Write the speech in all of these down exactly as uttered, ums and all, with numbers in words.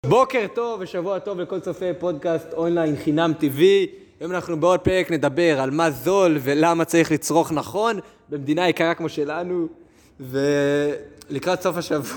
בוקר טוב ושבוע טוב לכל צופי פודקאסט אונליין חינם טבעי. היום אנחנו בעוד פרק נדבר על מה זול ולמה צריך לצרוך נכון במדינה יקרה כמו שלנו. ולקראת סוף השבוע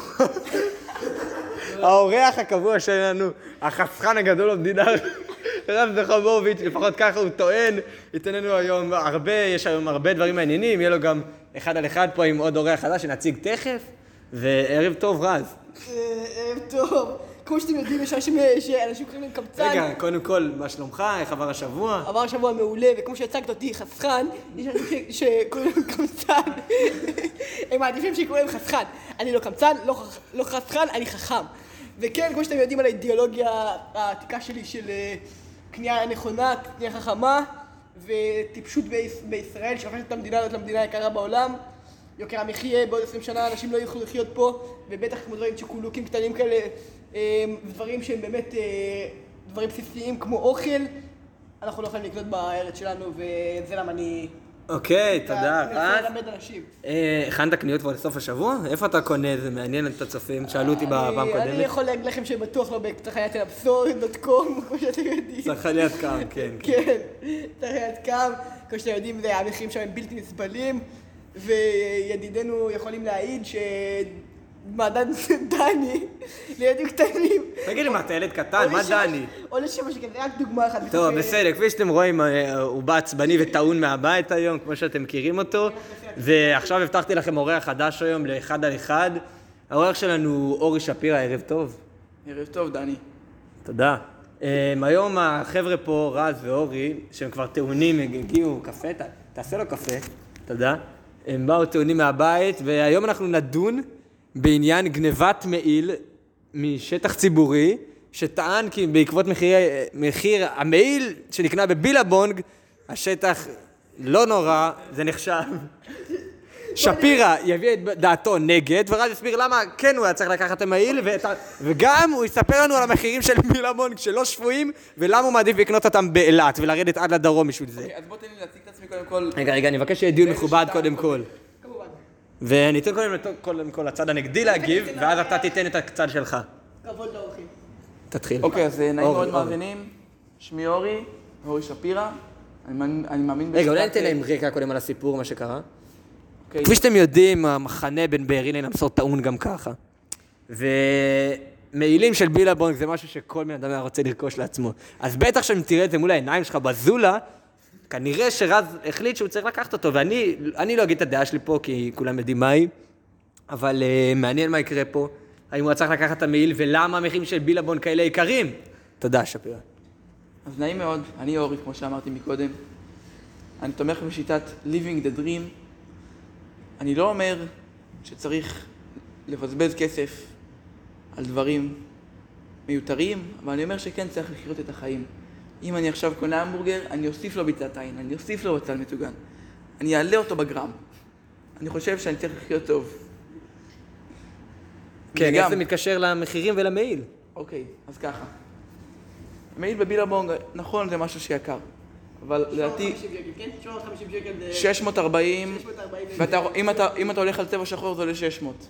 האורח הקבוע שלנו, החסכן הגדול במדינה, רז נחמוביץ', לפחות ככה הוא טוען, ייתן לנו היום הרבה, יש היום הרבה דברים מעניינים, יהיה לו גם אחד על אחד פה עם עוד אורח חדש שנציג תכף. וערב טוב רז. ערב טוב. כמו שאתם יודעים, יש אנשים קוראים להם קמצן. רגע, קודם כל, מה שלומך? איך עבר השבוע? עבר שבוע מעולה, וכמו שהצגת אותי, חסכן, יש אנשים שקוראים להם קמצן. הם מעדיפים שקוראים להם חסכן. אני לא קמצן, לא חסכן, אני חכם. וכן, כמו שאתם יודעים על האידיאולוגיה העתיקה שלי של קנייה נכונה, קנייה חכמה, וטיפשות בישראל, שהופכת את המדינה הזאת למדינה היקרה בעולם. יוקר המחיה, בעוד עשרים שנה אנשים לא יוכלו לחיות פה, ובטח כמו דברים צ'וקולוקים קטנים כאלה, דברים שהם באמת דברים בסיסיים כמו אוכל, אנחנו לא יכולים לקנות בארץ שלנו, וזה למה אני... אוקיי, תודה. אני רוצה ללמד אנשים. הכנת קניות כבר לסוף השבוע? איפה אתה קונה? זה מעניין את הצופים, שאלו אותי בפעם קודמת. אני יכול להגיד לכם שבטוח לא בצרכניית אלבסור דוט קום, כמו שאתם יודעים. צרכניית קם, כן. כן, צרכניית קם, כמו שאתם יודעים, זה המחירים שם הם בלתי נסבלים. וידידינו יכולים להעיד שמעדן דני לילדים קטנים. תגיד לי מה, אתה ילד קטן? מה דני? עולה שבע שקל, זה רק דוגמה אחת. טוב, בסדר, כפי שאתם רואים, הוא בא עצבני וטעון מהבית היום, כמו שאתם מכירים אותו. ועכשיו הבטחתי לכם אורח חדש היום לאחד על אחד. האורח שלנו הוא אורי שפירא, ערב טוב. ערב טוב, דני. תודה. היום החבר'ה פה, רז ואורי, שהם כבר טעונים, הגיעו קפה, תעשה לו קפה. תודה. הם באו טעונים מהבית, והיום אנחנו נדון בעניין גנבת מעיל משטח ציבורי, שטען כי בעקבות מחיר, מחיר המעיל שנקנה בבילבונג, השטח לא נורא, זה נחשב. שפירא יביא את דעתו נגד, ורז יסביר למה כן הוא היה צריך לקחת את המעיל, וגם הוא יספר לנו על המחירים של בילבונג שלא שפויים, ולמה הוא מעדיף לקנות אותם באילת ולרדת עד לדרום בשביל זה. אוקיי, אז בוא תן לי להציג את עצמי קודם כל. רגע, רגע, אני מבקש שיהיה דיון מכובד קודם כל. כמובן. ואני אתן קודם כל לצד הנגדי להגיב, ואז אתה תיתן את הצד שלך. כבוד לאורחים. תתחיל. אוקיי, אז נעים מאוד מאזינים. שמי אורי, אורי שפירא. אני מאמין... רגע, אולי ניתן להם רקע קודם על הסיפור, מה שקרה. כפי שאתם יודעים, המחנה בין בארי לנמסור טעון גם ככה. ומעילים של בילבונג זה משהו שכל בן אדם היה רוצה לרכוש לעצמו. אז בטח שאם תראה את זה מול העיניים שלך בזולה, כנראה שרז החליט שהוא צריך לקחת אותו, ואני אני לא אגיד את הדעה שלי פה, כי כולם יודעים מה היא, אבל uh, מעניין מה יקרה פה, האם הוא צריך לקחת את המעיל, ולמה המחירים של בילבונג כאלה יקרים. תודה, שפירא. אז נעים מאוד, אני אורי, כמו שאמרתי מקודם. אני תומך בשיטת living the dream. אני לא אומר שצריך לבזבז כסף על דברים מיותרים, אבל אני אומר שכן צריך לחיות את החיים. אם אני עכשיו קונה המבורגר, אני אוסיף לו ביצת עין, אני אוסיף לו בצל מטוגן. אני אעלה אותו בגרם. אני חושב שאני צריך לחיות טוב. כן, איך זה מתקשר למחירים ולמעיל? אוקיי, אז ככה. המעיל בבילבונג, נכון, זה משהו שיקר. אבל לדעתי... שש מאות וארבעים, ואם אתה הולך על צבע שחור זה עולה שש מאות.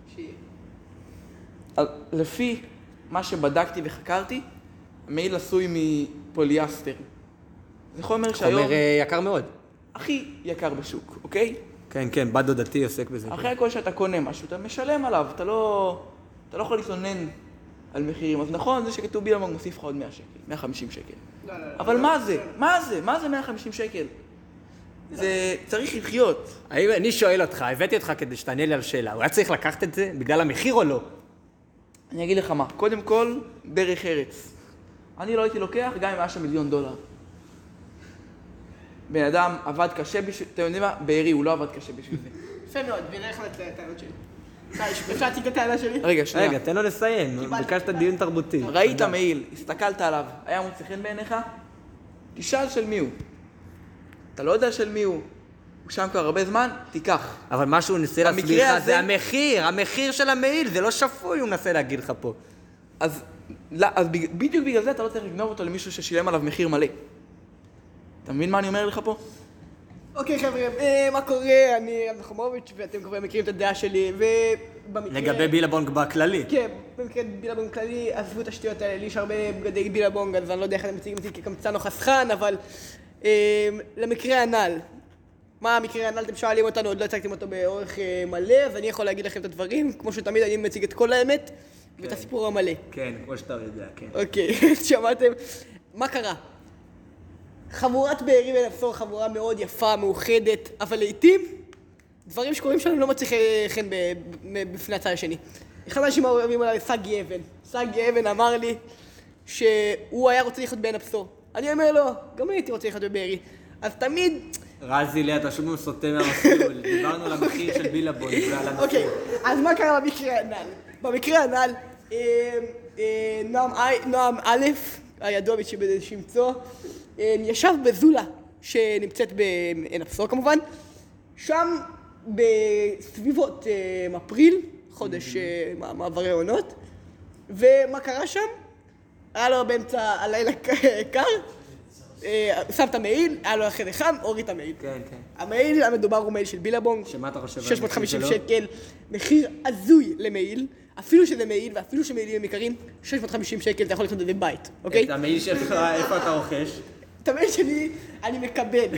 לפי מה שבדקתי וחקרתי, המעיל עשוי מפוליאסטר. זה חומר שהיום... חומר יקר מאוד. הכי יקר בשוק, אוקיי? כן, כן, בת דודתי עוסק בזה. אחרי הכל שאתה קונה משהו, אתה משלם עליו, אתה לא... אתה לא יכול להתלונן על מחירים. אז נכון, זה שכתוב בילבונג מוסיף לך עוד מאה שקל, מאה וחמישים שקל. אבל מה זה? מה זה? מה זה מאה וחמישים שקל? זה צריך לחיות. אני שואל אותך, הבאתי אותך כדי שתענה לי על שאלה, הוא היה צריך לקחת את זה בגלל המחיר או לא? אני אגיד לך מה, קודם כל, דרך ארץ. אני לא הייתי לוקח גם אם היה שם מיליון דולר. בן אדם עבד קשה בשביל... אתם יודעים מה? בארי, הוא לא עבד קשה בשביל זה. יפה מאוד, ונלך לטענות שלי. אפשר להציג את הטענה שלי? רגע, שנייה. רגע, תן לו לסיים, ביקשת דיון תרבותי. ראית מעיל, הסתכלת עליו, היה מוצא חן בעיניך? תשאל של מי הוא. אתה לא יודע של מי הוא. הוא שם כבר הרבה זמן, תיקח. אבל מה שהוא נסה להסביר לך זה המחיר, המחיר של המעיל, זה לא שפוי, הוא מנסה להגיד לך פה. אז, אז בדיוק בגלל זה אתה לא צריך לגנוב אותו למישהו ששילם עליו מחיר מלא. אתה מבין מה אני אומר לך פה? אוקיי חבר'ה, מה קורה? אני רז נחמוביץ' ואתם כבר מכירים את הדעה שלי, במקרה... לגבי בילבונג בכללי. כן, במקרה בילבונג כללי, עזבו את השטויות האלה, לי יש הרבה בגדי בילבונג, אז אני לא יודע איך אתם מציגים אותי כקמצן או חסכן, אבל אה, למקרה הנ"ל, מה המקרה הנ"ל, אתם שואלים אותנו, עוד לא הצגתם אותו באורך אה, מלא, אז אני יכול להגיד לכם את הדברים, כמו שתמיד אני מציג את כל האמת, כן. ואת הסיפור המלא. כן, כמו שאתה יודע, כן. אוקיי, שמעתם? מה קרה? חבורת בארי בן הבשור, חבורה מאוד יפה, מאוחדת, אבל לעתים דברים שקורים שלנו לא מצליחים חן בפני הצד השני. אחד האנשים אוהבים עליי, סגי אבן. סגי אבן אמר לי שהוא היה רוצה לחיות בעין הבשור. אני אומר לו, גם הייתי רוצה לחיות בבארי. אז תמיד... רזי לי, אתה שוב סוטה מהמסלול. דיברנו על המחיר של בילבונג ועל המסלול. אוקיי, אז מה קרה במקרה הנ"ל? במקרה הנ"ל, נועם א', הידוע בשמצו, ישב בזולה שנמצאת בעין הבשור כמובן, שם בסביבות אפריל, חודש מעברי עונות, ומה קרה שם? היה לו באמצע הלילה קר, שם את המעיל, היה לו אחרי זה חם, הוריד את המעיל. כן, כן. המעיל המדובר הוא מעיל של בילבונג, שמה אתה חושב? שש מאות וחמישים שקל, מחיר הזוי למעיל, אפילו שזה מעיל ואפילו שמעילים הם יקרים, שש מאות וחמישים שקל, אתה יכול לקנות את זה בבית, אוקיי? את המעיל שלך, איפה אתה רוכש? את המעיל שלי, אני מקבל.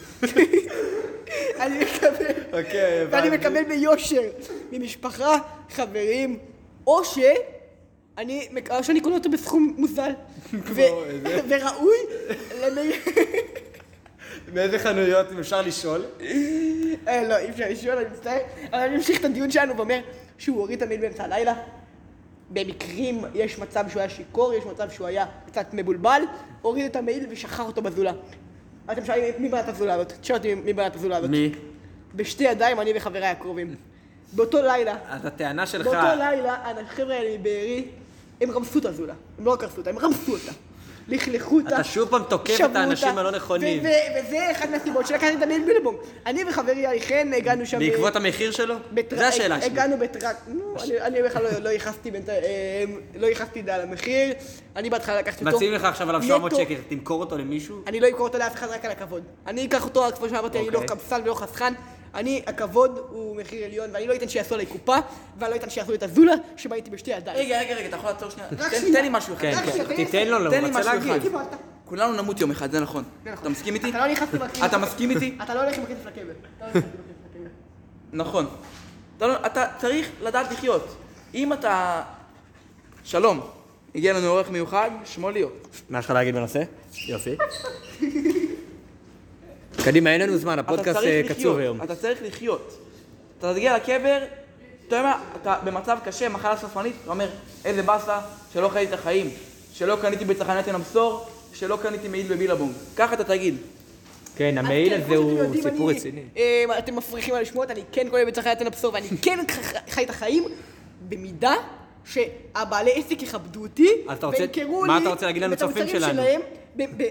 אני מקבל. אוקיי, הבנתי. ואני מקבל ביושר ממשפחה, חברים, או ש... אני, או שאני קונה אותו בסכום מוזל. וראוי למעיל... מאיזה חנויות, אם אפשר לשאול? לא, אי אפשר לשאול, אני מצטער. אבל אני ממשיך את הדיון שלנו ואומר שהוא הוריד את המעיל באמצע הלילה. במקרים יש מצב שהוא היה שיקור, יש מצב שהוא היה קצת מבולבל, הוריד את המעיל ושחרר אותו בזולה. אתם שואלים מי בנה את הזולה הזאת? תשאל אותי מי בנה את הזולה הזאת. מי? בשתי ידיים, אני וחבריי הקרובים. באותו לילה, אז הטענה שלך... באותו לילה, החבר'ה האלה מבארי, הם רמסו את הזולה. הם לא רק רמסו אותה, הם רמסו אותה. לכלכו אותה. אתה שוב פעם תוקף את האנשים הלא נכונים. וזה אחד מהסיבות שלקחתי את המעיל בילבונג. אני וחברי היכן הגענו שם... בעקבות המחיר שלו? זה השאלה שלי. הגענו בטרק... אני בכלל לא ייחסתי על המחיר. אני בהתחלה לקחתי אותו. מציעים לך עכשיו עליו שבע מאות שקל, תמכור אותו למישהו? אני לא אמכור אותו לאף אחד, רק על הכבוד. אני אקח אותו, כמו שאמרתי, אני לא קבסן ולא חסכן. אני, הכבוד הוא מחיר עליון, ואני לא אתן שיעשו עליי קופה, ואני לא אתן שיעשו את הזולה, שבה הייתי בשתי ידיים. רגע, רגע, רגע, אתה יכול לעצור שנייה. רק תן- שנייה. תן לי משהו אחד. כן, רק כן. שנייה, תיתן לו, תן הוא לי רוצה משהו להגיד. אחד. כולנו נמות יום אחד, זה נכון. אתה מסכים איתי? אתה לא נכנס לי בכסף. אתה מסכים איתי? אתה לא הולך עם הכסף לקבר. אתה לא הולך עם הכסף לקבר. נכון. אתה לא- אתה צריך לדעת לחיות. אם אתה... שלום, הגיע לנו עורך מיוחד, שמו ליאו. מה יש לך להגיד בנושא? יופי. קדימה, אין לנו זמן, אתה הפודקאסט צריך קצוב לחיות, היום. אתה צריך לחיות. אתה תגיע לקבר, אתה יודע מה, אתה במצב קשה, מחלה סופנית, אתה אומר, איזה באסה שלא חייתי את החיים, שלא קניתי בצחנת עין הבשור, שלא קניתי מעיל בבילבונג. ככה אתה תגיד. כן, אז המעיל כן, הזה כמו שאתם הוא יודעים, סיפור אני- רציני. אה, אתם מפריחים על שמות, אני כן קונה בצחי עין הבשור, ואני כן חי את החיים, במידה שהבעלי עסק יכבדו אותי, אז אתה רוצה- וימכרו מה לי אתה רוצה להגיד לנו, את המוצרים צופים שלנו? שלהם ב- ב-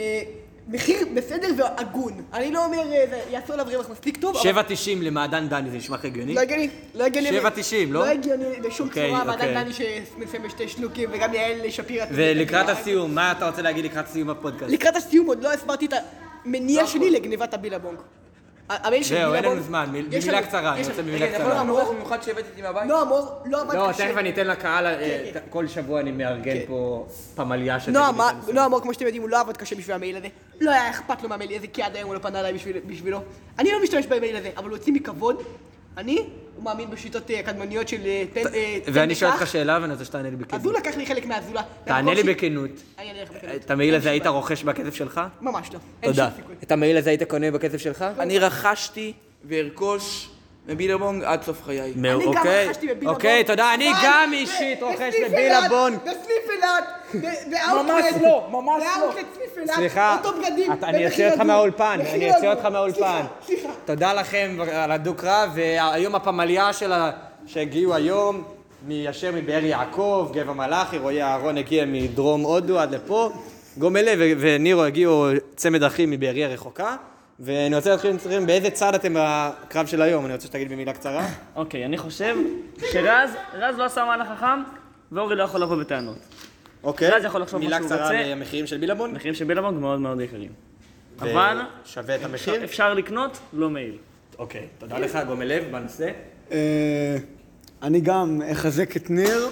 במחיר בסדר והגון. אני לא אומר, אה, זה יעשו עליו רווח מספיק טוב, אבל שבע תשעים למעדן דני, זה נשמע הגיוני? לא הגיוני, לא הגיוני. שבע תשעים, לא? לא הגיוני בשום אוקיי, צורה, אוקיי. ועדיין דני שמסיים בשתי שלוקים, וגם יעל שפירא. ולקראת הסיום, מה אתה רוצה להגיד לקראת סיום הפודקאסט? לקראת הסיום עוד לא הסברתי את המניע שלי לגניבת הבילבונג. המייל של זהו, אין בילבונג- לנו זמן, מיל- יש במילה לנו- קצרה, אני יש רוצה לנו- במילה רגע, אני יכול קצרה. גם עורך מיוחד שהבאתי איתי מהבית? נועם אור לא עבד לא, קשה. תכף אני אתן לקהל, אה, כן. כל שבוע אני מארגן פה פמליה של... נועם, נועם אור, כמו שאתם יודעים, הוא לא עבד קשה בשביל המייל הזה. לא היה אכפת לו מהמייל הזה, כי עד היום הוא לא פנה אליי בשביל- בשבילו. אני לא משתמש במייל הזה, אבל הוא הוציא מכבוד. אני, הוא מאמין בשיטות אה, קדמוניות של אה, תן אה, תן ואני שואל וקח. אותך שאלה ואני רוצה שתענה לי אז בכנות. הוא לקח לי חלק מהזולה. תענה לי במקום ש- בכנות. אני אענה לך בכנות. את המעיל הזה אין היית שום רוכש בכסף שלך? בעיה. ממש לא. אין תודה. שום סיכוי. את המעיל הזה היית קונה בכסף שלך? אני רכשתי וארכוש בבילבונג עד סוף חיי. מאו- אני גם אוקיי. רכשתי בבילבונג. אוקיי, תודה. אני אבל גם ב- אישית רוכש בסניף בבילבונג. אילת, בסניף אילת, ב- באאוטלט. ממש לא, ממש לא. באאוטלט סניף אילת, סליחה, אותו בגדים. אתה- אני במחיר אוציא אותך הגון. מהאולפן, מחיר אני אוציא הגון. אותך מהאולפן. סליחה, סליחה. תודה לכם על הדו-קרב, והיום הפמליה שלה שהגיעו היום, מיישר מבאר יעקב, גבע מלאכי, רועי אהרון הגיע מדרום הודו עד לפה, גומלה ו- ונירו הגיעו צמד אחים מבארי הרחוקה, ואני רוצה להתחיל עם באיזה צד אתם בקרב של היום, אני רוצה שתגיד במילה קצרה. אוקיי, אני חושב שרז, רז לא עשה מהלך חכם, ואורי לא יכול לבוא בטענות. אוקיי, רז יכול לחשוב מה מילה שהוא קצרה רוצה. למחירים של בילבון, מחירים של בילבונג מאוד מאוד יקרים. אבל שווה את אפשר, המחיר. אפשר לקנות, לא מעיל. אוקיי, תודה לך, גומלב, בנושא. אה, אני גם אחזק את ניר.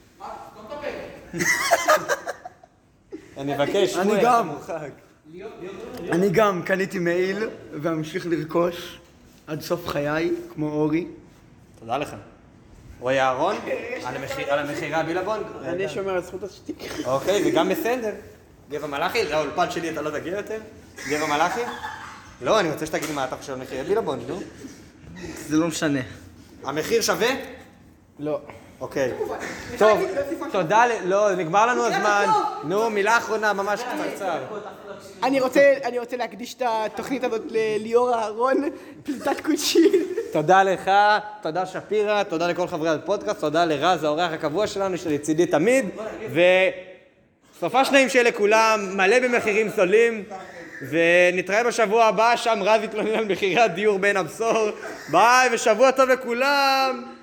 אני מבקש, אני שמואל, גם. אתה מורחק. אני גם קניתי מעיל ואמשיך לרכוש עד סוף חיי, כמו אורי. תודה לך. רועי אהרון, על המחיר- על המכירה בילבון. אני שומר על זכות השתיק. אוקיי, זה גם בסדר. גבע מלאכי, זה האולפן שלי, אתה לא תגיע יותר? גבע מלאכי? לא, אני רוצה שתגיד מה אתה חושב על מחירי בילבון, נו. זה לא משנה. המחיר שווה? לא. אוקיי. טוב, תודה ל... לא, נגמר לנו הזמן. נו, מילה אחרונה, ממש קצר. אני רוצה, אני רוצה להקדיש את התוכנית הזאת לליאור אהרון, פליטת קודשי. תודה לך, תודה שפירא, תודה לכל חברי הפודקאסט, תודה לרז, האורח הקבוע שלנו, שלצידי תמיד, וסופה שניים שיהיה לכולם, מלא במחירים זולים, ונתראה בשבוע הבא, שם רז יתלונן על מחירי הדיור בין הבשור. ביי, ושבוע טוב לכולם!